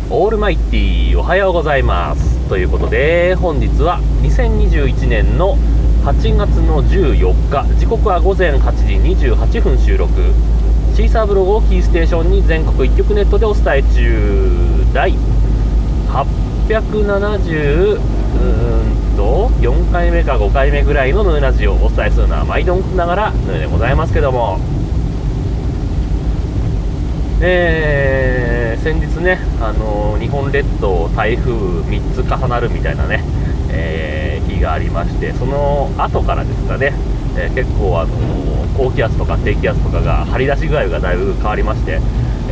オールマイティーおはようございますということで、本日は2021年の8月の14日、時刻は午前8時28分収録。シーサーブログをキーステーションに全国一曲ネットでお伝え中、第870 4回目か5回目ぐらいのヌーラジオをお伝えするのは毎度ながらヌーでございますけども、先日ね、日本列島台風3つ重なるみたいなね、日がありまして、その後からですかね、結構高気圧とか低気圧とかが張り出し具合がだいぶ変わりまして、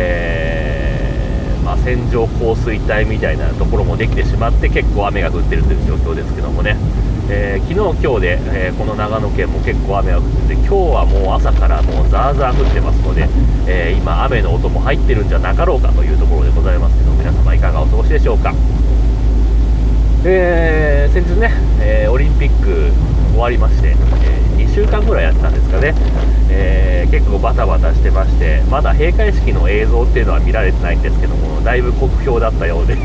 線状降水帯みたいなところもできてしまって、結構雨が降っているという状況ですけどもね、昨日今日で、この長野県も結構雨が降ってて、今日はもう朝からもうザーザー降ってますので、今雨の音も入ってるんじゃなかろうかというところでございますけど、皆様いかがお過ごしでしょうか。先日ね、オリンピック終わりまして、2週間ぐらいやったんですかね、結構バタバタしてまして、まだ閉会式の映像っていうのは見られてないんですけども、だいぶ酷評だったようで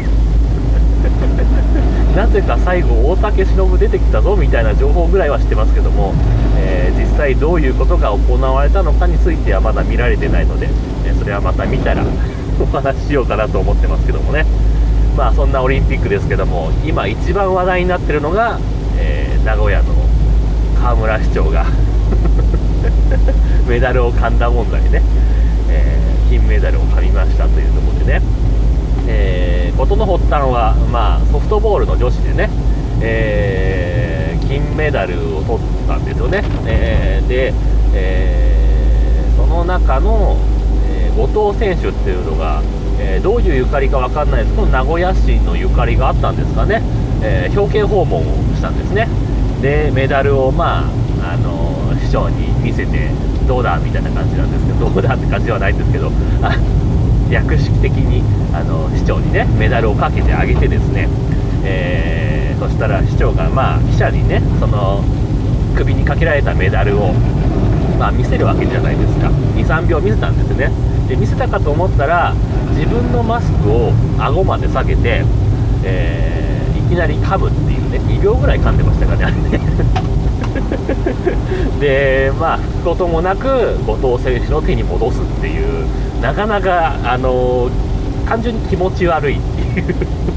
なぜか最後大竹しのぶ出てきたぞみたいな情報ぐらいは知ってますけども、実際どういうことが行われたのかについてはまだ見られてないので、それはまた見たらお話ししようかなと思ってますけどもね。まあそんなオリンピックですけども、今一番話題になってるのが、名古屋の河村市長がメダルを噛んだ問題ね、金メダルを噛みましたというところでね、事の発端は、ソフトボールの女子でね、金メダルを取ったんですよね。で、その中の、後藤選手っていうのが、どういうゆかりか分かんないですけど、名古屋市のゆかりがあったんですかね、表敬訪問をしたんですね。でメダルを、市長に見せてどうだみたいな感じなんですけど、どうだって感じではないんですけど、略式的に市長にねメダルをかけてあげてですね、そしたら市長が記者にね、その首にかけられたメダルを見せるわけじゃないですか。 2,3 秒見せたんですね。で見せたかと思ったら、自分のマスクを顎まで下げて、いきなり噛むっていうね、2秒ぐらい噛んでましたからね、あれねで吹くこともなく後藤選手の手に戻すっていう、なかなか単純に気持ち悪いっていう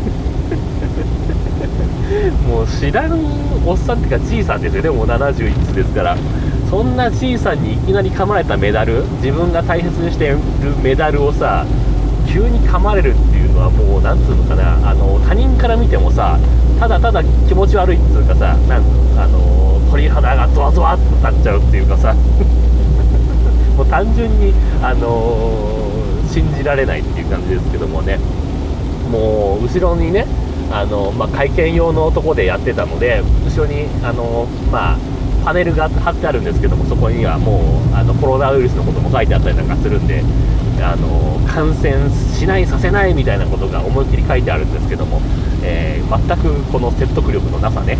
もう知らんおっさんっていうかじいさんですよね、もう71つですから。そんなじいさんにいきなり噛まれたメダル、自分が大切にしているメダルをさ、急に噛まれるっていうのは、もうなんつうのかな、他人から見てもさ、ただただ気持ち悪いっていうかさ、鳥肌がゾワゾワっと立っちゃうっていうかさもう単純に、信じられないっていう感じですけどもね。もう後ろにね、会見用のとこでやってたので、後ろにパネルが貼ってあるんですけども、そこにはもうコロナウイルスのことも書いてあったりなんかするんで、感染しないさせないみたいなことが思いっきり書いてあるんですけども、全くこの説得力のなさね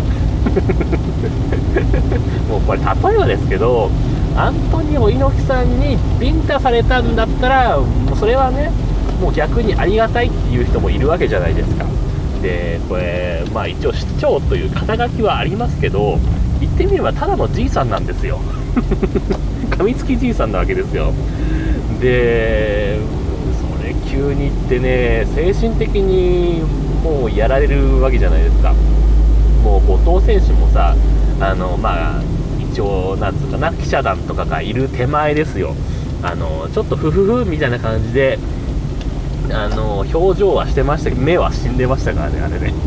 もうこれ例えばですけど、アントニオ猪木さんにビンタされたんだったら、もうそれはね、もう逆にありがたいっていう人もいるわけじゃないですか。でこれ一応市長という肩書きはありますけど、言ってみればただのじいさんなんですよ噛みつきじいさんなわけですよ。でそれ急に言ってね、精神的にもうやられるわけじゃないですか。もう後藤選手もさ、一応なんつうかな、記者団とかがいる手前ですよ、ちょっとフフフみたいな感じで表情はしてましたけど、目は死んでましたからね、あれね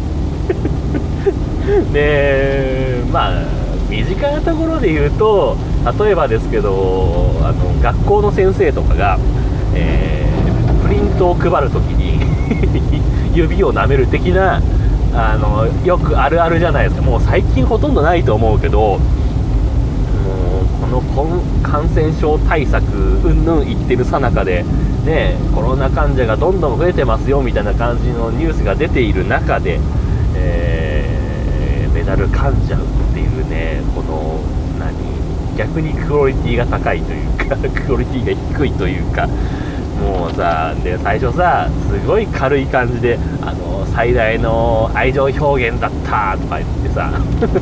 で身近なところで言うと、例えばですけど、学校の先生とかが、プリントを配るときに指を舐める的な、よくあるあるじゃないですか。もう最近ほとんどないと思うけど、もうこの感染症対策うんぬん言ってるさなかでね、コロナ患者がどんどん増えてますよみたいな感じのニュースが出ている中で、メダル噛んじゃうっていうね、この逆にクオリティが高いというかクオリティが低いというか、 もうさ、で最初さ、すごい軽い感じで最大の愛情表現だったとか言ってさ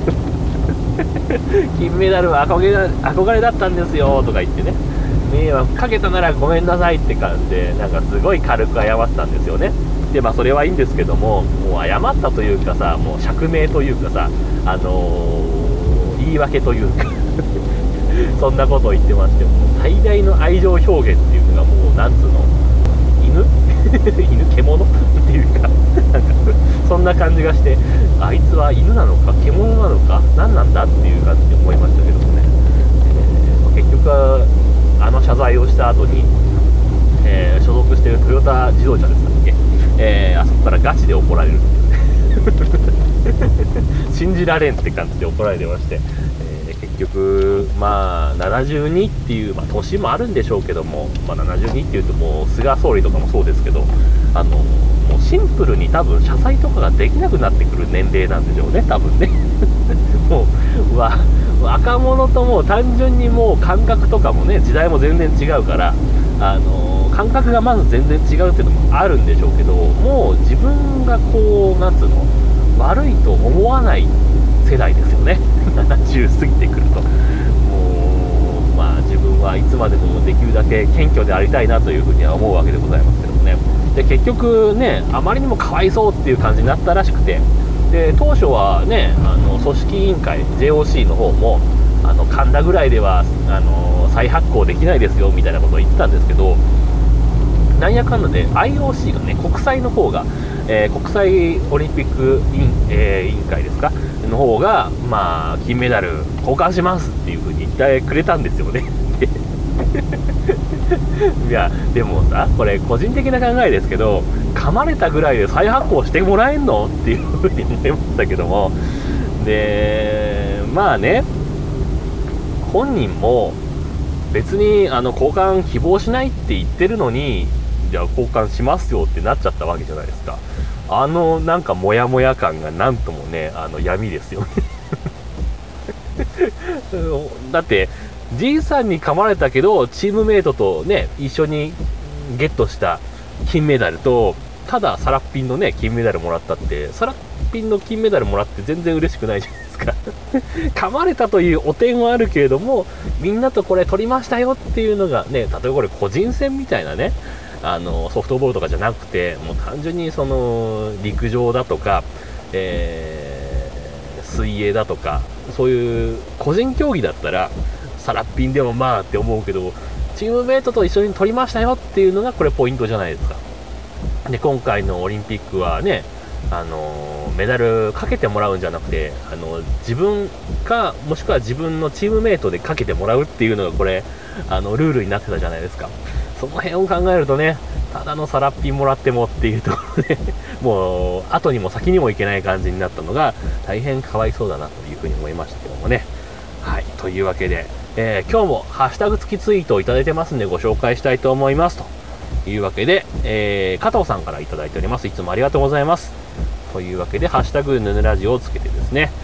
金メダルは憧れだったんですよとか言ってね、迷惑かけたならごめんなさいって感じで、なんかすごい軽く謝ったんですよね。でそれはいいんですけども、もう謝ったというかさ、もう釈明というかさ、言い訳というかそんなことを言ってまして、もう最大の愛情表現っていうのがもうなんつうの、犬獣っていうかなんかそんな感じがして、あいつは犬なのか獣なのか何なんだっていう感じで思いましたけどもね、結局は謝罪をした後に、所属しているトヨタ自動車でしたっけ、あそこからガチで怒られるっていう信じられんって感じで怒られてまして、結局72っていう、年もあるんでしょうけども、72っていうともう菅総理とかもそうですけど、もうシンプルに多分謝罪とかができなくなってくる年齢なんでしょうね、多分ねもう若者ともう単純にもう感覚とかもね、時代も全然違うから、感覚がまず全然違うっていうのもあるんでしょうけど、もう自分がこうなんつうの、悪いと思わない世代ですよね70過ぎてくると、もう自分はいつまでもできるだけ謙虚でありたいなというふうには思うわけでございますけどもね。で結局ね、あまりにもかわいそうっていう感じになったらしくて、で当初はね、組織委員会 JOC の方も神田ぐらいでは再発行できないですよみたいなことを言ってたんですけど、なんやかんだで IOC がね、国際の方が、国際オリンピック委員会ですかの方が、金メダル交換しますっていう風に言ってくれたんですよねいやでもさ、これ個人的な考えですけど、噛まれたぐらいで再発行してもらえんのっていう風に思いましたけども、でね、本人も別に交換希望しないって言ってるのに、じゃあ交換しますよってなっちゃったわけじゃないですか。なんかモヤモヤ感がなんともね、闇ですよねだってじいさんに噛まれたけどチームメイトとね一緒にゲットした金メダルと、ただサラッピンのね金メダルもらったって、サラッピンの金メダルもらって全然嬉しくないじゃないですか噛まれたという汚点はあるけれども、みんなとこれ取りましたよっていうのがね、例えばこれ個人戦みたいなね、ソフトボールとかじゃなくて、もう単純にその陸上だとか、水泳だとか、そういう個人競技だったらサラッピンでもって思うけど、チームメイトと一緒に取りましたよっていうのがこれポイントじゃないですか。で今回のオリンピックはね、メダルかけてもらうんじゃなくて、自分かもしくは自分のチームメイトでかけてもらうっていうのがこれルールになってたじゃないですか。その辺を考えるとね、ただのサラッピンもらってもっていうところでもう後にも先にもいけない感じになったのが大変かわいそうだなというふうに思いましたけどもね。はい、というわけで、今日もハッシュタグ付きツイートをいただいてますんでご紹介したいと思いますというわけで、加藤さんからいただいております。いつもありがとうございます。というわけでハッシュタグヌヌラジオをつけてですね、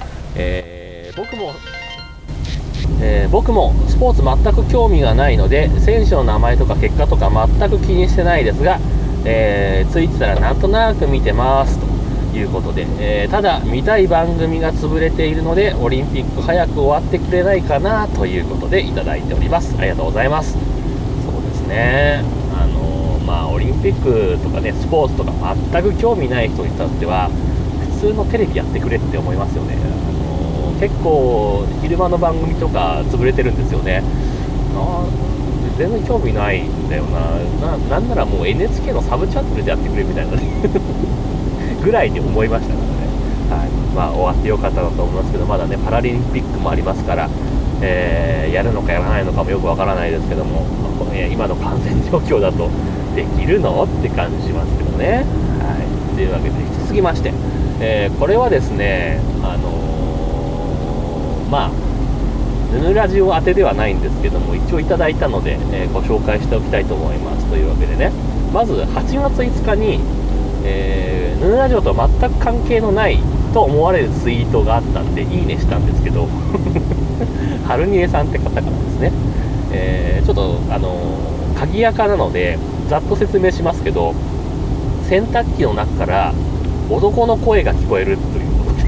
僕もスポーツ全く興味がないので選手の名前とか結果とか全く気にしてないですが、ついてたらなんとなく見てますということで、ただ見たい番組が潰れているのでオリンピック早く終わってくれないかなということでいただいております。ありがとうございます。そうですね、オリンピックとかね、スポーツとか全く興味ない人にとっては普通のテレビやってくれって思いますよね。結構昼間の番組とか潰れてるんですよね。全然興味ないんだよなんならもう NHK のサブチャンネルでやってくれみたいなぐらいに思いましたからね。はい、終わってよかったなと思いますけど、まだねパラリンピックもありますから、やるのかやらないのかもよくわからないですけども、今の感染状況だとできるのって感じしますけどね。はい、というわけで引き続きまして、これはですね、ヌヌラジオ当てではないんですけども、一応いただいたので、ご紹介しておきたいと思います。というわけでね、まず8月5日に、ヌヌラジオと全く関係のないと思われるツイートがあったんでいいねしたんですけどハルニエさんって方からですね、ちょっと鍵垢なのでざっと説明しますけど、洗濯機の中から男の声が聞こえるという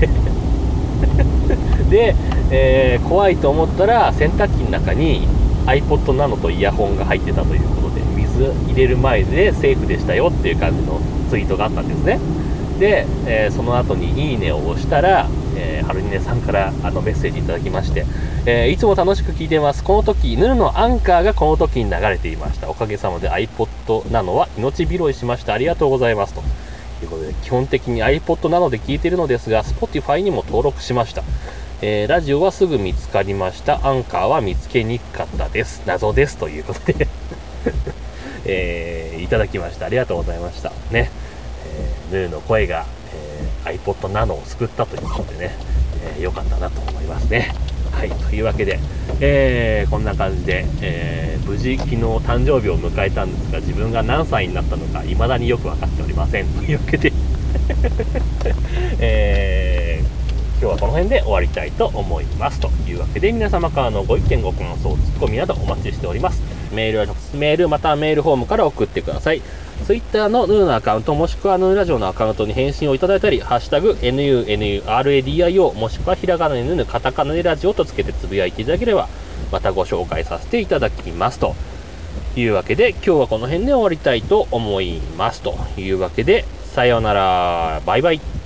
ことでで、怖いと思ったら洗濯機の中に iPod Nano とイヤホンが入ってたということで、水入れる前でセーフでしたよっていう感じのツイートがあったんですね。で、その後にいいねを押したら、はるにねさんからメッセージいただきまして、いつも楽しく聞いています。この時ヌルのアンカーがこの時に流れていました。おかげさまで iPod Nano は命拾いしました。ありがとうございますということで、基本的に iPod Nano で聞いているのですが Spotify にも登録しました。ラジオはすぐ見つかりました。アンカーは見つけにくかったです。謎ですということでいただきました。ありがとうございましたね。ヌーの声が、iPod Nano を救ったということでね、良かったなと思いますね。はい、というわけで、こんな感じで、無事昨日誕生日を迎えたんですが、自分が何歳になったのか未だによく分かっておりませんというわけで、今日はこの辺で終わりたいと思いますというわけで、皆様からのご意見ご感想ツッコミなどお待ちしております。メールは直接メールまたはメールフォームから送ってください。Twitter のヌーのアカウントもしくはヌーラジオのアカウントに返信をいただいたり、ハッシュタグ NUNURADIO もしくはひらがなでヌーカタカナでラジオとつけてつぶやいていただければまたご紹介させていただきますというわけで、今日はこの辺で終わりたいと思いますというわけで、さようなら、バイバイ。